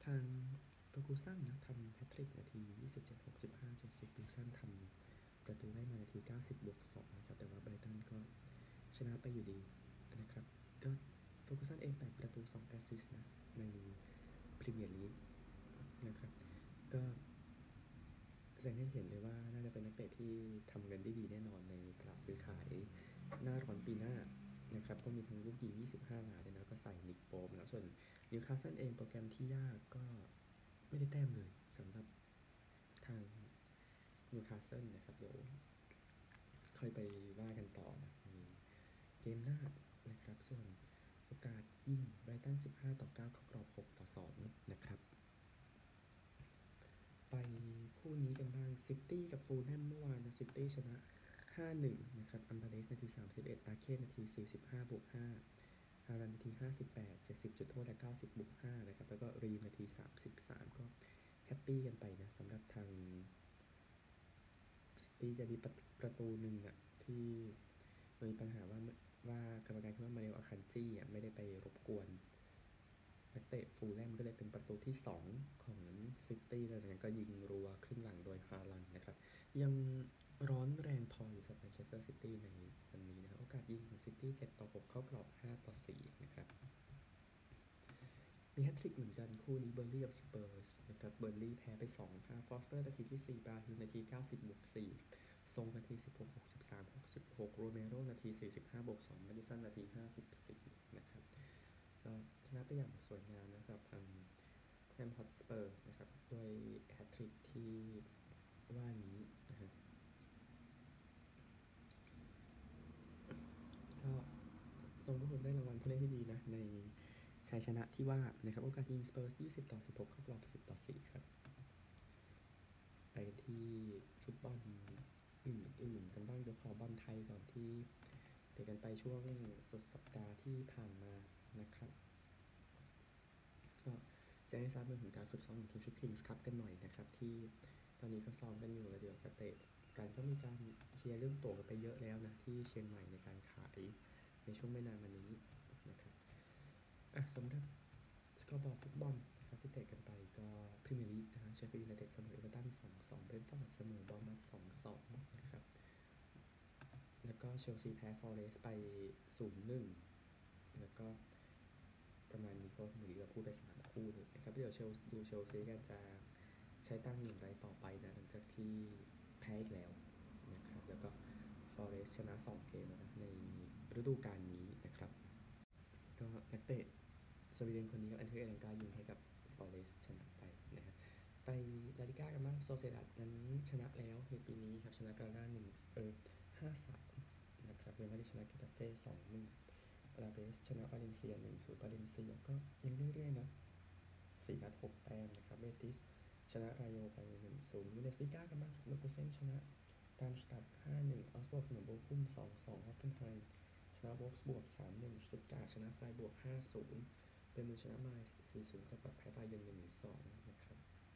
ทางเฟอร์กูสันนะทำแฮตทริกนาที27-65เจสซี่วิลสันทำประตูได้มานาที90+2นะครับแต่ว่าไบรตันก็ชนะไปอยู่ดีนะครับก็เฟอร์กูสันเอง8ประตู2แอสซิสต์นะในพรีเมียร์ลีกนะครับก็แสดงให้เห็นเลยว่าน่าจะเป็นนักเตะที่ทำเงินได้ดีแน่นอนในตลาดซื้อขายหน้าร้อนปีหน้านะครับก็มีทั้งลูกยิง25ล้านเลยนะก็ใส่นิกโป๊ปแล้วส่วนนิวคาสเซิลเองโปรแกรมที่ยากก็ไม่ได้แต้มเลยสำหรับทางนิวคาสเซิลนะครับเดี๋ยวค่อยไปว่ากันต่อนะในเกมหน้านะครับส่วนโอกาสยิงไบรตัน15-9เข้ากรอบ6-2นะครับไปคู่นี้กันบ้างซิตี้กับฟูลแฮมเมื่อวานนะซิตี้ชนะ5-1นะครับอัมบาเรสนาที31อาร์เคนนาที45+5ฮาลันนาที58 70จุดโทษและ90+5นะครับแล้วก็รีนาที33ก็แฮปปี้กันไปนะสำหรับทางซิตี้จะมีประตูหนึ่งอ่ะที่มีปัญหาว่ากรรมการคิดว่ามาเรลอาคันจี้อ่ะไม่ได้ไปรบกวนนักเตะฟูลแลมก็เลยเป็นประตูที่2ของซิตี้แล้วก็ยิงรัวครึ่งหลังโดยฮาลันนะครับยังร้อนแรงพออยู่สำหรับแมนเชสเตอร์ซิตี้ในวันนี้นะครับโอกาสยิงของซิตี้7-6เข้ากรอบ5-4นะครับมีแฮตทริกเหมือนกันคู่นี้เบอร์ลี่กับสเปอร์สนะครับเบอร์ลี่แพ้ไป2-5ฟอสเตอร์นาทีที่4บราฮิลนาที90+4ทรงนาที16 63 66โรเมโรนาที45+2มาดิสันนาที54นะครับก็ชนะไปอย่างสวยงามนะครับทางแฮมฮอตสเปอร์นะครับด้วยแฮตทริกที่ว่านี้นะฮะก็ทรงผู้ได้รางวัลผู้เล่นที่ดีนะในชัยชนะที่ว่านะครับโอกาสยิงสเปอร์ส20-16เข้ากรอบ10-4ครับไปกันที่ฟุตบอลอื่นๆกันบ้างเดี๋ยวขอบอลไทยก่อนที่เตะกันไปช่วงสุดสัปดาห์ที่ผ่านมานะครับก็จะให้ทราบเรื่องของการฝึกซ้อมของทีมชุดคิงส์คัพกันหน่อยนะครับที่ตอนนี้ก็ซ้อมกันอยู่แล้วเดี๋ยวจะเตะกันก็มีการเชียร์เรื่องตั๋วกันไปเยอะแล้วนะที่เชียงใหม่ในการขายในช่วงไม่นานมานี้นะครับสำหรับสกอร์บอร์ดฟุตบอลนะครับที่เตะกันไปก็พรีเมียร์ลีกนะฮะเชฟฟิลด์ยูไนเต็ดเสมอเอเวอร์ตัน2-2เบรนท์ฟอร์ดเสมอบอร์นมัธ2-2นะครับแล้วก็เชลซีแพ้ฟอเรสต์ไป0-1แล้วก็ประมาณนี้ก็เหมือนเราพูดไป3คู่เลยนะครับเดี๋ยวดูเชลซีกันจะใช้ตั้งอย่างไรต่อไปนะหลังจากที่แพ้อีกแล้วนะครับแล้วก็ฟอเรสต์ชนะ2เกมแล้วนะในฤดูกาลนี้นะครับก็นักเตะสวีเดนคนนี้ก็อันเทอร์เอลังกายิงให้กับฟอเรสต์ชนะไปนะฮะไปลาลิก้ากันบ้างโซเซดัดนั้นชนะแล้วในปีนี้ครับชนะกราด้า5-3นะครับยังไม่ได้ชนะเกตาเฟ่2-1อาราเบสชนะวาเลนเซีย1-0วาเลนเซียก็ยังเรื่อยๆนะ4 นัด 6 แต้มนะครับเบติสชนะรายโยไป1-0บูเดสลิก้ากันบ้างเลเวอร์คูเซ่นชนะดาร์มสตัด5-1ออสบวกเสมอโบคุม2-2ฮอฟเฟนไฮม์ชนะวอล์ฟสบวก3-1สตุตการ์ดชนะไฟบวก5-0เดอร์มูนชนะไมล์4-0กับแพ้บาเยิร์น1-2นะครับ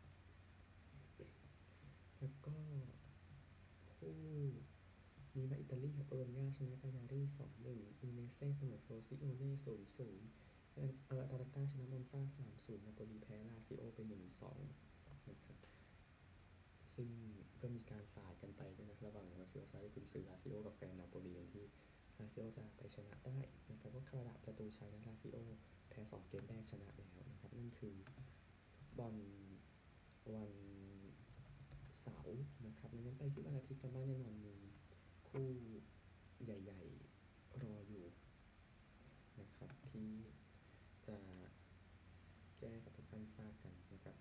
แล้วก็คู่นี้มาอิตาลีครับโบโลญญาชนะกายารี2-1อูเนเซ่เสมอโฟรซิโอเน่0-0อาตาลันตาชนะมอนซา3-0นาโปลีแพ้ลาซิโอไป1-2นะครับซึ่งก็มีการสายกันไปด้วยนะระหว่างลาซิโอซาริกุนซือลาซิโอกับแฟนนาโปลีที่ลาซิโอจะไปชนะได้นะครับก็คาราประตูชัยนะลาซิโอแพ้2เกมแรกชนะแล้วนะครับนั่นคือบอลวันเสาร์นะครับงั้นไปที่วันอาทิตย์กันบ้างแน่นอนมีคู่ใหญ่ๆรออยู่นะครับที่จะแจ้งกับทุกท่านทราบกันนะครับ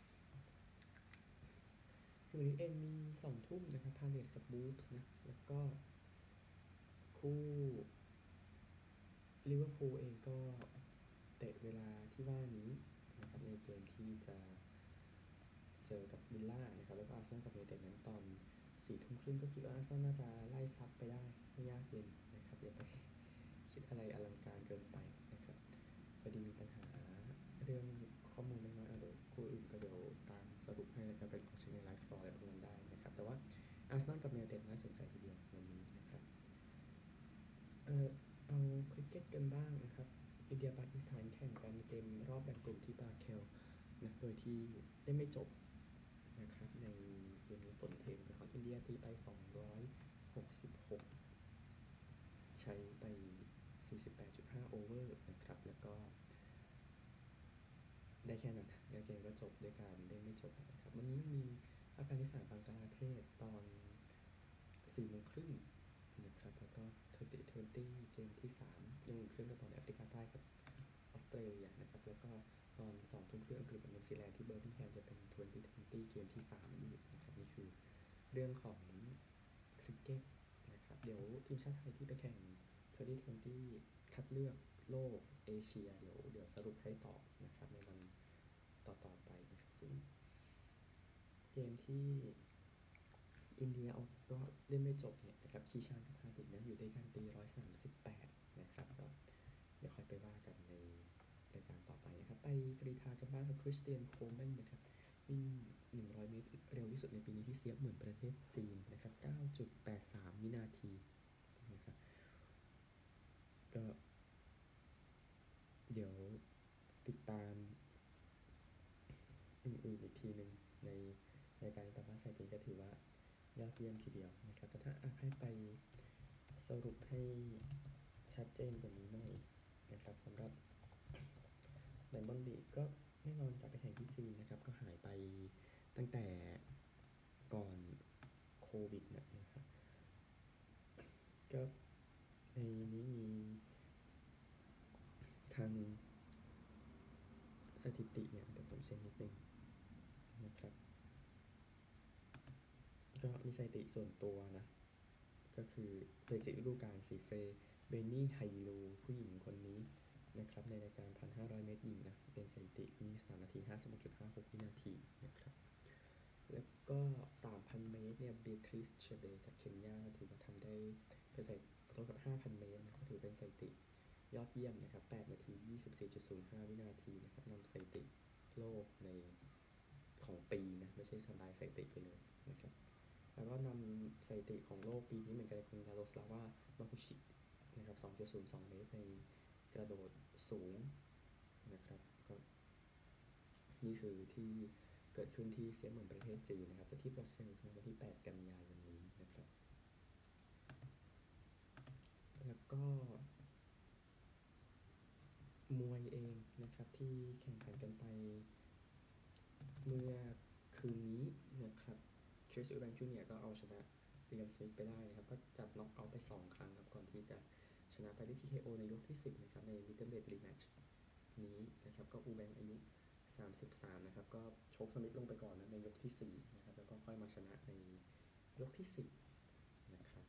คือวันนี้เองมี2 ทุ่มนะครับพาเลสกับบูฟส์นะแล้วก็คู่ลิเวอร์พูลเองก็เตะเวลาที่ว่านี้นะครับในเกมที่จะเจอกับวิลล่านะครับแล้วก็อาร์เซนอลกับยูไนเต็ดนั้นตอน4 ทุ่มครึ่งก็คิดว่าอาร์เซนอลน่าจะไล่ซัดไปได้ไม่ยากเย็นนะครับอย่าไปคิดอะไรอลังการเกินไปนะครับพอดีมีปัญหาเรื่องข้อมูลน้อยๆเดี๋ยวคู่อื่นก็เดี๋ยวตามสรุปให้นะครับเป็นของเช็คในไลฟ์สกอร์อะไรพวกนั้นได้นะครับแต่ว่าอาร์เซนอลกับยูไนเต็ดน่าสนใจทีเดียววันนี้นะครับเออเอาคริกเก็ตกันบ้างนะครับอินเดียปากีสถานแข่งกันเกมรอบแบ่งกลุ่มที่บาเคลยที่ได้ไม่จบนะครับในเกมนี้ฝนเทเป็นของอินเดียตีไป266ใช้ไป 48.5 โอเวอร์นะครับแล้วก็ได้แค่นั้นแล้วเกมก็จบด้วยการเล่นไม่จบนะครับวันนี้มีอัฟกานิสถานบังกลาเทศตอน4 โมงครึ่งนะครับแล้วก็2020เกมที่3 1 ครึ่งกับตอนแอฟริกาใต้กับออสเตรเลียนะครับแล้วก็ตอน2 ทุ่มครึ่งอังกฤษกับนิวซีแลนด์ที่เบอร์มิงแฮมจะเป็น2020เกมที่3อยู่นะครับนี่คือเรื่องของคริกเก็ตนะครับเดี๋ยวทีมชาติไทยที่ไปแข่ง2020คัดเลือกโลกเอเชียเดี๋ยวสรุปให้ต่อนะครับในวันต่อไปนะครับซึ่งเกมที่อินเดียเอาก็เล่นไม่จบเนี่ยนะครับคีชานกับฮาร์ดิกนะอยู่ด้วยกันตี138นะครับก็เดี๋ยวค่อยไปว่ากันในรายการต่อไปนะครับไปกรีฑากันบ้างครับคริสเตียนโคลแมนนะครับวิ่ง100 เมตรเร็วที่สุดในปีนี้ที่เซียบเหมือนประเทศจีนนะครับ 9.83 วินาทีนะครับก็เดี๋ยวติดตามอื่นๆอีกทีหนึ่งในรายการแต่ว่าสถิติก็ถือว่ายอดเยี่ยมทีเดียวนะครับแต่ถ้าให้ไปสรุปให้ชัดเจนกว่านี้หน่อยนะครับสำหรับไดมอนด์ลีกก็แน่นอนกลับไปแข่งที่จีนนะครับก็หายไปตั้งแต่ก่อนโควิดนะครับก็ในนี้มีทางสถิติเนี่ยเดี๋ยวผมเช็คนิดนึงนะครับก็มีสถิติส่วนตัวนะก็คือสถิติฤดูกาลสีเฟย์เบนนี่ไฮลูผู้หญิงคนนี้นะครับในรายการ 1,500 เมตรหญิงนะเป็นสถิติวิ่ง3 นาที 56.56 วินาทีนะครับแล้วก็ 3,000 เมตรเนี่ยเบทริสเชเบจากเคนยาถือว่าทำได้เป็นสถิติขอโทษกับ 5,000 เมตรนะก็ถือเป็นสถิติยอดเยี่ยมนะครับ8 นาที 24.05 วินาทีนะครับนำสถิติโลกในของปีนะไม่ใช่ทำลายสถิติไปเลยนะครับแล้วก็นำสถิติของโลกปีนี้เหมือนกันคุณยาโรสลาวามาคุชินะครับ 2.02 เมตรในกระโดดสูงนะครับก็นี่คือที่เกิดขึ้นที่เซียเหมือนประเทศจีนนะครับแต่ที่บรัสเซลส์ในวันที่ 8 กันยายนนี้นะครับแล้วก็มวยเองนะครับที่แข่งขันกันไปเมื่อคืนนี้นะครับคริส อูแบงค์จูเนียร์ก็เอาชนะเรียมสมิธไปได้นะครับก็จัดน็อกเอาท์ไป2 ครั้งครับก่อนที่จะชนะไปด้วย TKO ในยกที่10นะครับใน Middleweight Rematch นี้นะครับก็อูแบงค์อายุ33นะครับก็ชกสมิธลงไปก่อนนะในยกที่4นะครับแล้วก็ค่อยมาชนะในยกที่10นะครับ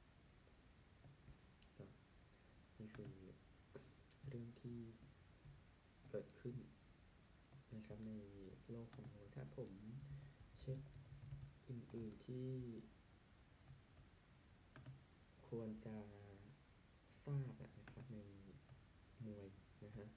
ก็นี่คือเรื่องที่เกิดขึ้นนะครับในโลกของมวยถ้าผมเช็คอื่นๆที่ควรจะทราบนะครับในมวยนะฮะ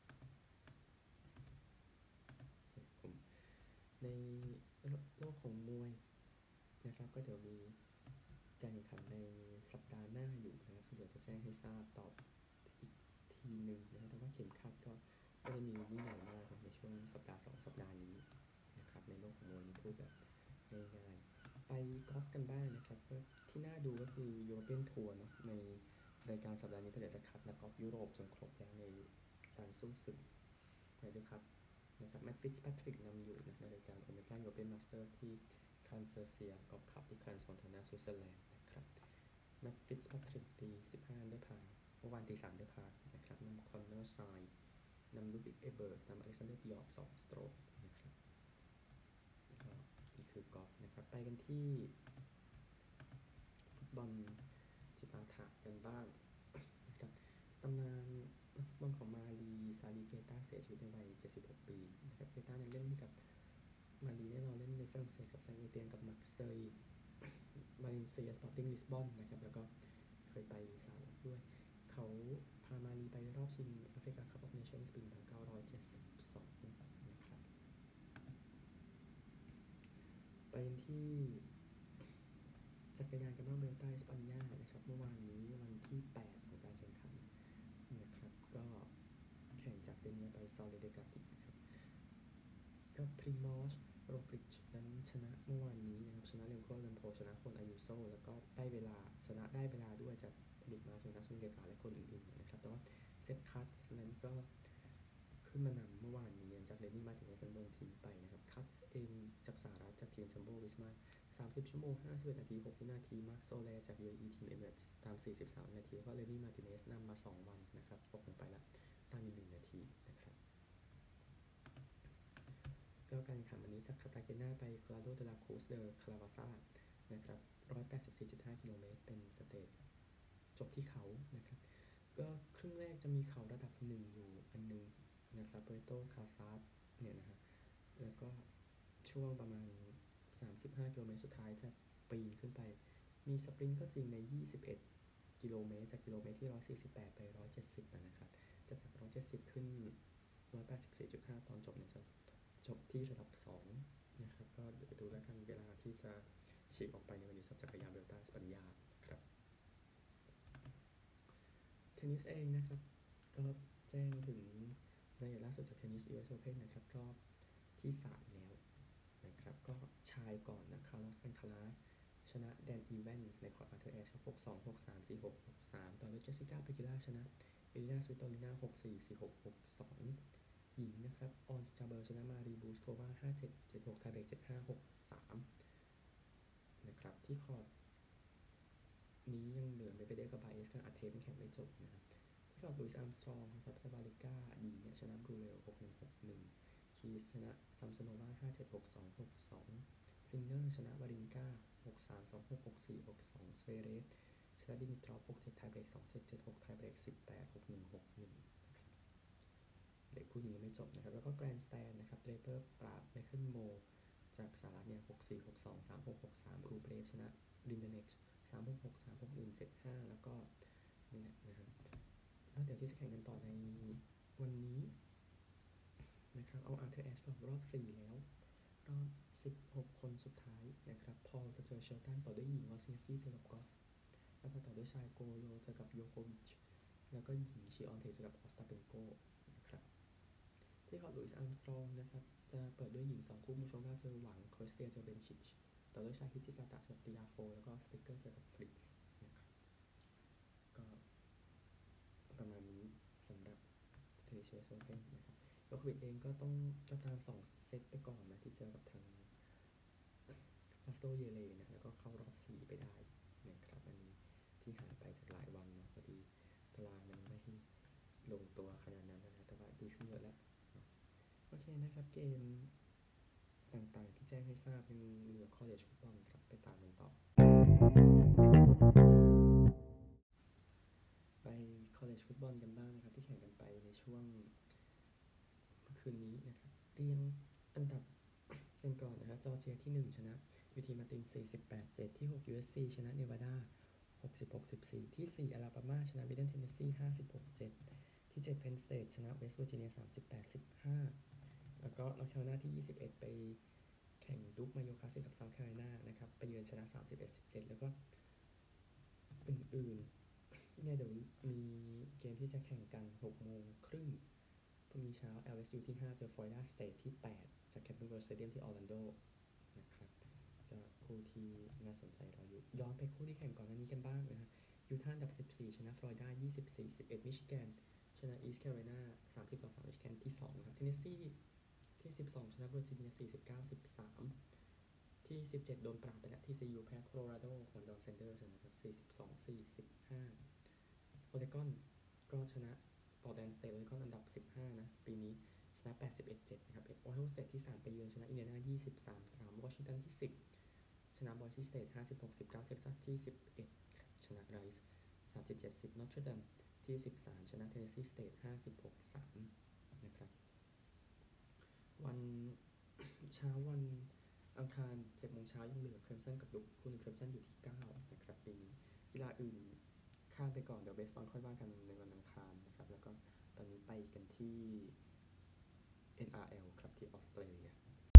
ผมในโลกของมวยนะครับก็เดี๋ยวมีการแข่งขันในสัปดาห์หน้าอยู่นะครับซึ่งเดี๋ยวจะแจ้งให้ทราบตอบอีกทีหนึ่งนะครับแต่ว่าเข็มขัดก็ไม่ได้มียิ่งใหญ่มากในช่วงสัปดาห์2 สัปดาห์นี้นะครับในโลกของมวยนี่พูดแบบง่ายๆไปกอล์ฟกันบ้างนะครับก็ที่น่าดูก็คือยูโรเปียนทัวร์เนาะในรายการสัปดาห์นี้ก็เดี๋ยวจะคัดนักกอล์ฟยุโรปจนครบแล้วในการสู้ศึกด้วยครับนะครับแมตต์ฟิตซ์แพทริกนำอยู่นะในรายการโอเมก้ายูโรเปียนมาสเตอร์ที่คานเซอร์เซียกอล์ฟคลับที่คานส์มอนทานาสวิตเซอร์แลนด์นะครับแมตต์ฟิตซ์แพทริกตี15อันเดอร์พาร์เมื่อวานตี3อันเดอร์พาร์นะครับนำคอนเนอร์ไซน์นำลูบิกเอเบิร์ตนำอเล็กซานเดอร์ปิยอก2 สโตรกนะครับก็นี่คือกอล์ฟนะครับไปกันที่ฟุตบอลจิปาถะกันบ้างนะครับตำนานนักฟุตบอลของมาลีซาลีเกต้าเสียชีวิตในวัย76 ปีนะครับเกต้าเนี่ยเล่นให้กับมาลีแน่นอนเล่นในฝรั่งเศสกับแซงต์เอเตียนกับมักเซย์วาเลนเซียสปอร์ติ้งลิสบอนนะครับแล้วก็เคยไปสาวด้วยเขาพามาลีไปรอบชิงแอฟริกาคัพออฟเนชั่นส์ปี 1972นะครับไปที่จักรยานกันบ้างเบลต้าเอสปัญญานะครับเมื่อวานนี้วันที่8ของการแข่งขันนะครับก็แข่งจากเดเนียไปซอลเลเดกาตินะครับก็พรีมอสโรกริชนั้นชนะเมื่อวานนี้นะครับชนะเรมโคเลมโพชนะคนอายุโซแล้วก็ได้เวลาชนะได้เวลาด้วยจากดิกมาถึงนัสมิเดกาและคนอื่นๆนะครับแต่ว่าเซฟคัตส์นั้นก็ขึ้นมานำเมื่อวานนี้จากเรนนี่มาถึงเอซันโดนทิ้งไปนะครับคัตส์เองจากสหรัฐจากทีมจัมโบ้วิสมา30 ชั่วโมง 51 นาที 6 วินาทีมาร์คโซเลจาก UAE ทีมเอมิเรตส์ตาม 43 นาทีแล้วก็เรนนี่มาติเนสนำมา 2 วันนะครับตกลงไปแล้วตามอีก1 นาทีนะครับก็การแข่งขันวันนี้จากคาร์ตาเกนาไปคลาโดเดลาครูสเดอคาราบาซานะครับ 184.5 กิโลเมตรเป็นสเตจจบที่เขานะครับก็ครึ่งแรกจะมีเขาระดับ1อยู่อันนึงนะครับเปโตคาซาสเนี่ยนะฮะแล้วก็ช่วงประมาณ35 กิโลเมตรสุดท้ายจะปีนขึ้นไปมีสปรินต์ก็จริงใน 21 กิโลเมตรจากกิโลเมตรที่ 148 ไป 170 นะครับแต่จาก 170 ขึ้น 184.5 ตอนจบเนี่ยจะจบที่ระดับ2นะครับก็เดี๋ยวไปดูแล้วกันเวลาที่จะฉีกออกไปในวันนี้สำหรับจักรยานเบลต้าสปัญญาครับเทนนิสเองนะครับก็แจ้งถึงรายละเอียดล่าสุดจากเทนนิส US Open นะครับรอบที่3แล้วนะครับก็ชายก่อนนะคาร์ลอส อัลคาราสชนะแดนอีแวนส์ในคอร์ตอาร์เธอร์แอชครับ 6-2 6-3 4-6 6-3 ต่อด้วยเจสสิก้าเปกิล่าชนะเอลินาสวิตโตลิน่า 6-4 4-6 6-2 หญิงนะครับออนสจาเบอร์ชนะมารีบูสโกวา 5-7 7-6 ไทยเบรก 7-5 6-3 นะครับที่คอร์ตนี้ยังเหลือเมเปเดฟกับบาเอสกับอาเทมแข่งไม่จบนะครับที่คอร์ตลุยส์อาร์มสตรองนะครับซาบาลิก้าหญิงเนี่ยชนะบรูเรล 6-1 6-1 คีสชนะซัมซโนวา 5-7 6-2 6-2 ซินเนอร์ชนะวารินกา 6-3 2-6 6-4 6-2 สเวเรสชนะดิมิทรอฟ 6-7 ไทยเบรก 2-7 7-6 ไทยเบรก 18 6-1 6-1 นะครับเบรกคู่หญิงยังไม่จบนะครับแล้วก็แกรนด์สแตนนะครับเดรเปอร์ปราบไมเคิลโมจากสหรัฐเนี่ย 6-4 6-2 3-6 6-3 รูเบรฟชนะลินเดเน็กซ์ 3-6 6-3 6-1 7-5 แล้วก็นี่แหละนะครับแล้วเดี๋ยวที่จะแข่งกันต่อในวันนี้นะครับเอาอาร์เธอร์แอชก่อนรอบ4แล้วรอบ16 คนสุดท้ายนะครับพอลจะเจอเชลตันต่อด้วยหญิงวอสเนฟกี้เจอกับกอล์ฟแล้วก็ต่อด้วยชายโกโยเจอกับโยโควิชแล้วก็หญิงชิออนเทเจอกับออสตาเปนโกนะครับที่คอร์ตลุยส์อาร์มสตรองนะครับจะเปิดด้วยหญิง2คู่มูโชวาเจอหวังคริสเตียเจอเบนชิชต่อด้วยชายฮิจิกาตะเจอกับติอาโฟแล้วก็สติกเกอร์เจอกับฟริตซ์นะครับก็ประมาณนี้สำหรับเทนิส US Open นะครับโยโควิชเองก็ต้องก็ตาม2 เซตไปก่อนนะที่เจอกับทางลาสโตเยเลนะแล้วก็เข้ารอบ4ไปได้นะครับอันนี้ที่หายไปจากหลายวันเนาะพอดีตารางมันไม่ลงตัวขนาดนั้นนะแต่ว่าดีขึ้นเยอะแล้วโอเคนะครับเกมต่างๆที่แจ้งให้ทราบยังเหลือ college football ครับไปตามกันต่อไป college football กันบ้างนะครับที่แข่งกันไปในช่วงเมื่อคืนนี้นะครับเรียงอันดับกันก่อนนะครับจอร์เจียที่1ชนะยูทีมาร์ติน 48-7 ที่6 USC ชนะเนวาดา 60-14 ที่4อลาบามาชนะมิดเดิลเทนเนสซี 56-7 ที่7เพนสเตทชนะเวสต์เวอร์จิเนีย 38-15 แล้วก็นอร์ทแคโรไลนาที่21ไปแข่งดุ๊กมาโยคาสกับเซาท์แคโรไลนานะครับไปเยือนชนะ 31-17 แล้วก็อื่นๆเนี่ยเดี๋ยวมีเกมที่จะแข่งกัน 6:30 พรุ่งนี้เช้า LSU ที่5เจอฟลอริดาสเตทที่8จากแคมเปนเวิลด์สเตเดียมที่ออร์แลนโดนะครับก็คู่ที่น่าสนใจรออยู่ย้อนไปคู่ที่แข่งก่อนหน้านี้กันบ้างนะฮะยูทาห์อันดับ14ชนะฟลอริดา 24-11 มิชิแกนชนะอีสต์แคโรไลนา 30-3 มิชิแกนที่2นะครับเทนเนสซีที่12ชนะเวอร์จิเนีย 49-13 ที่17โดนปราบไปแล้วที่ CU แพ้โคโลราโดของดอนเซนเดอร์สนะครับ 42-45 โอเรกอนก็ชนะปอร์ตแลนด์สเตทโอเรกอนอันดับ15นะปีนี้ชนะ 81-7 นะครับโอไฮโอสเตทที่3ไปเยือนชนะอินเดียนา 23-3 วอชิงตันที่10ชนะบอยซีสเตท 56-19 เท็กซัสที่11ครับชนะไรส์ 37-10 นอตเทอร์ดัมที่13ชนะเทนเนสซีสเตท 56-3 นะครับวันเช้าวันอังคาร 7 โมงเช้ายังเหลือเครมสันกับดุ๊กคู่นึงเครมสันอยู่ที่9นะครับปีนี้กีฬาอื่นข้ามไปก่อนเดี๋ยวเบสบอลค่อยว่ากันในวันอังคารนะครับแล้วก็ตอนนี้ไปกันที่ NRL ครับที่ออสเตรเลีย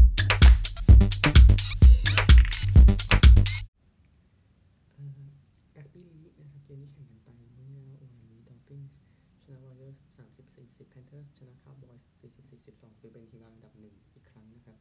รักบี้ลีกนะครับเกมนี้แข่งกันไปเมื่อวานนี้ดอลฟินส์ชนะวอริเออร์ส 30-40 แพนเทอร์สชนะคาวบอยส์ 44-12 จึงเป็นทีมอันดับ1อีกครั้งนะครับ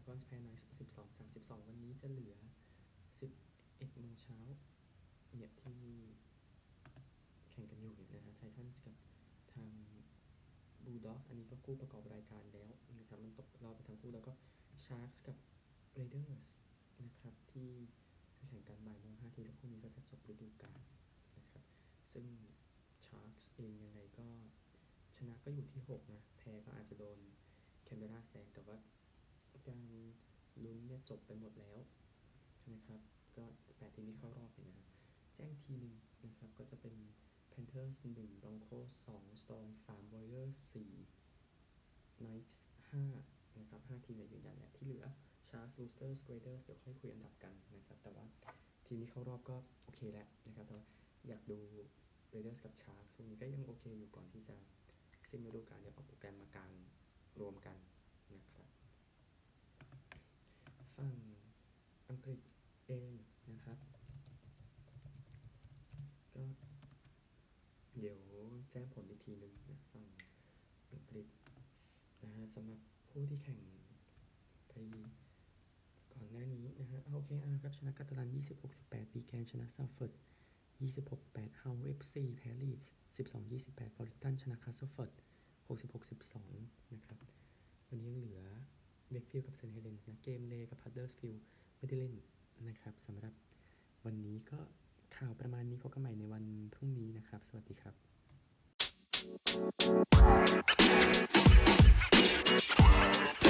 คอนส์แพ้ไนท์12-32วันนี้จะเหลือ11โมงเช้าเนี่ยที่แข่งกันอยู่เนี่ยนะฮะไททันส์กับทางบูลด็อกอันนี้ก็คู่ประกอบรายการแล้วนะครับมันตกรอบไปทั้งคู่แล้วก็ชาร์กส์กับเรเดอร์สนะครับที่จะแข่งกันบ่ายโมง5 ทีแล้วคู่นี้ก็จะจบฤดูกาลนะครับซึ่งชาร์กส์เองยังไงก็ชนะก็อยู่ที่6นะแพ้ก็อาจจะโดนแคนเบราแซงแต่ว่าการลุ้นเนี่ยจบไปหมดแล้วนะครับก็8 ทีมที่เข้ารอบเนี่ยนะแจ้งทีหนึ่งนะครับก็จะเป็น Panthers 1 Broncos 2 Storm 3 Warriors 4 Knights 5นะครับ5 ทีมเนี่ยยืนยันแหละที่เหลือ Sharks Roosters Raiders เดี๋ยวค่อยคุยอันดับกันนะครับแต่ว่าทีมที่เข้ารอบก็โอเคแล้วนะครับแต่ว่าอยากดู Raiders กับ Sharks พวกนี้ก็ยังโอเคอยู่ก่อนที่จะสิ้นฤดูกาลเดี๋ยวเอาโปรแกรมมากางรวมกันนะครับฝั่งอังกฤษเองนะครับก็เดี๋ยวแจ้งผลอีกทีหนึ่งนะฝั่งอังกฤษนะฮะสำหรับผู้ที่แข่งไปก่อนหน้านี้นะฮะOKR ครับชนะกาตาลัน26-18วีแกนชนะซัฟเฟิร์ด26-8 Hull FC แพ้ลีดส์12-28 บอริตันชนะคาสเซิลฟอร์ด66-12นะครับวันนี้ยังเหลือเวกฟิลด์กับเซนต์เฮเลนนะเกมเลย์กับฮัดเดอร์สฟิลด์ไม่ได้เล่นนะครับสำหรับวันนี้ก็ข่าวประมาณนี้พบกันใหม่ในวันพรุ่งนี้นะครับสวัสดีครับ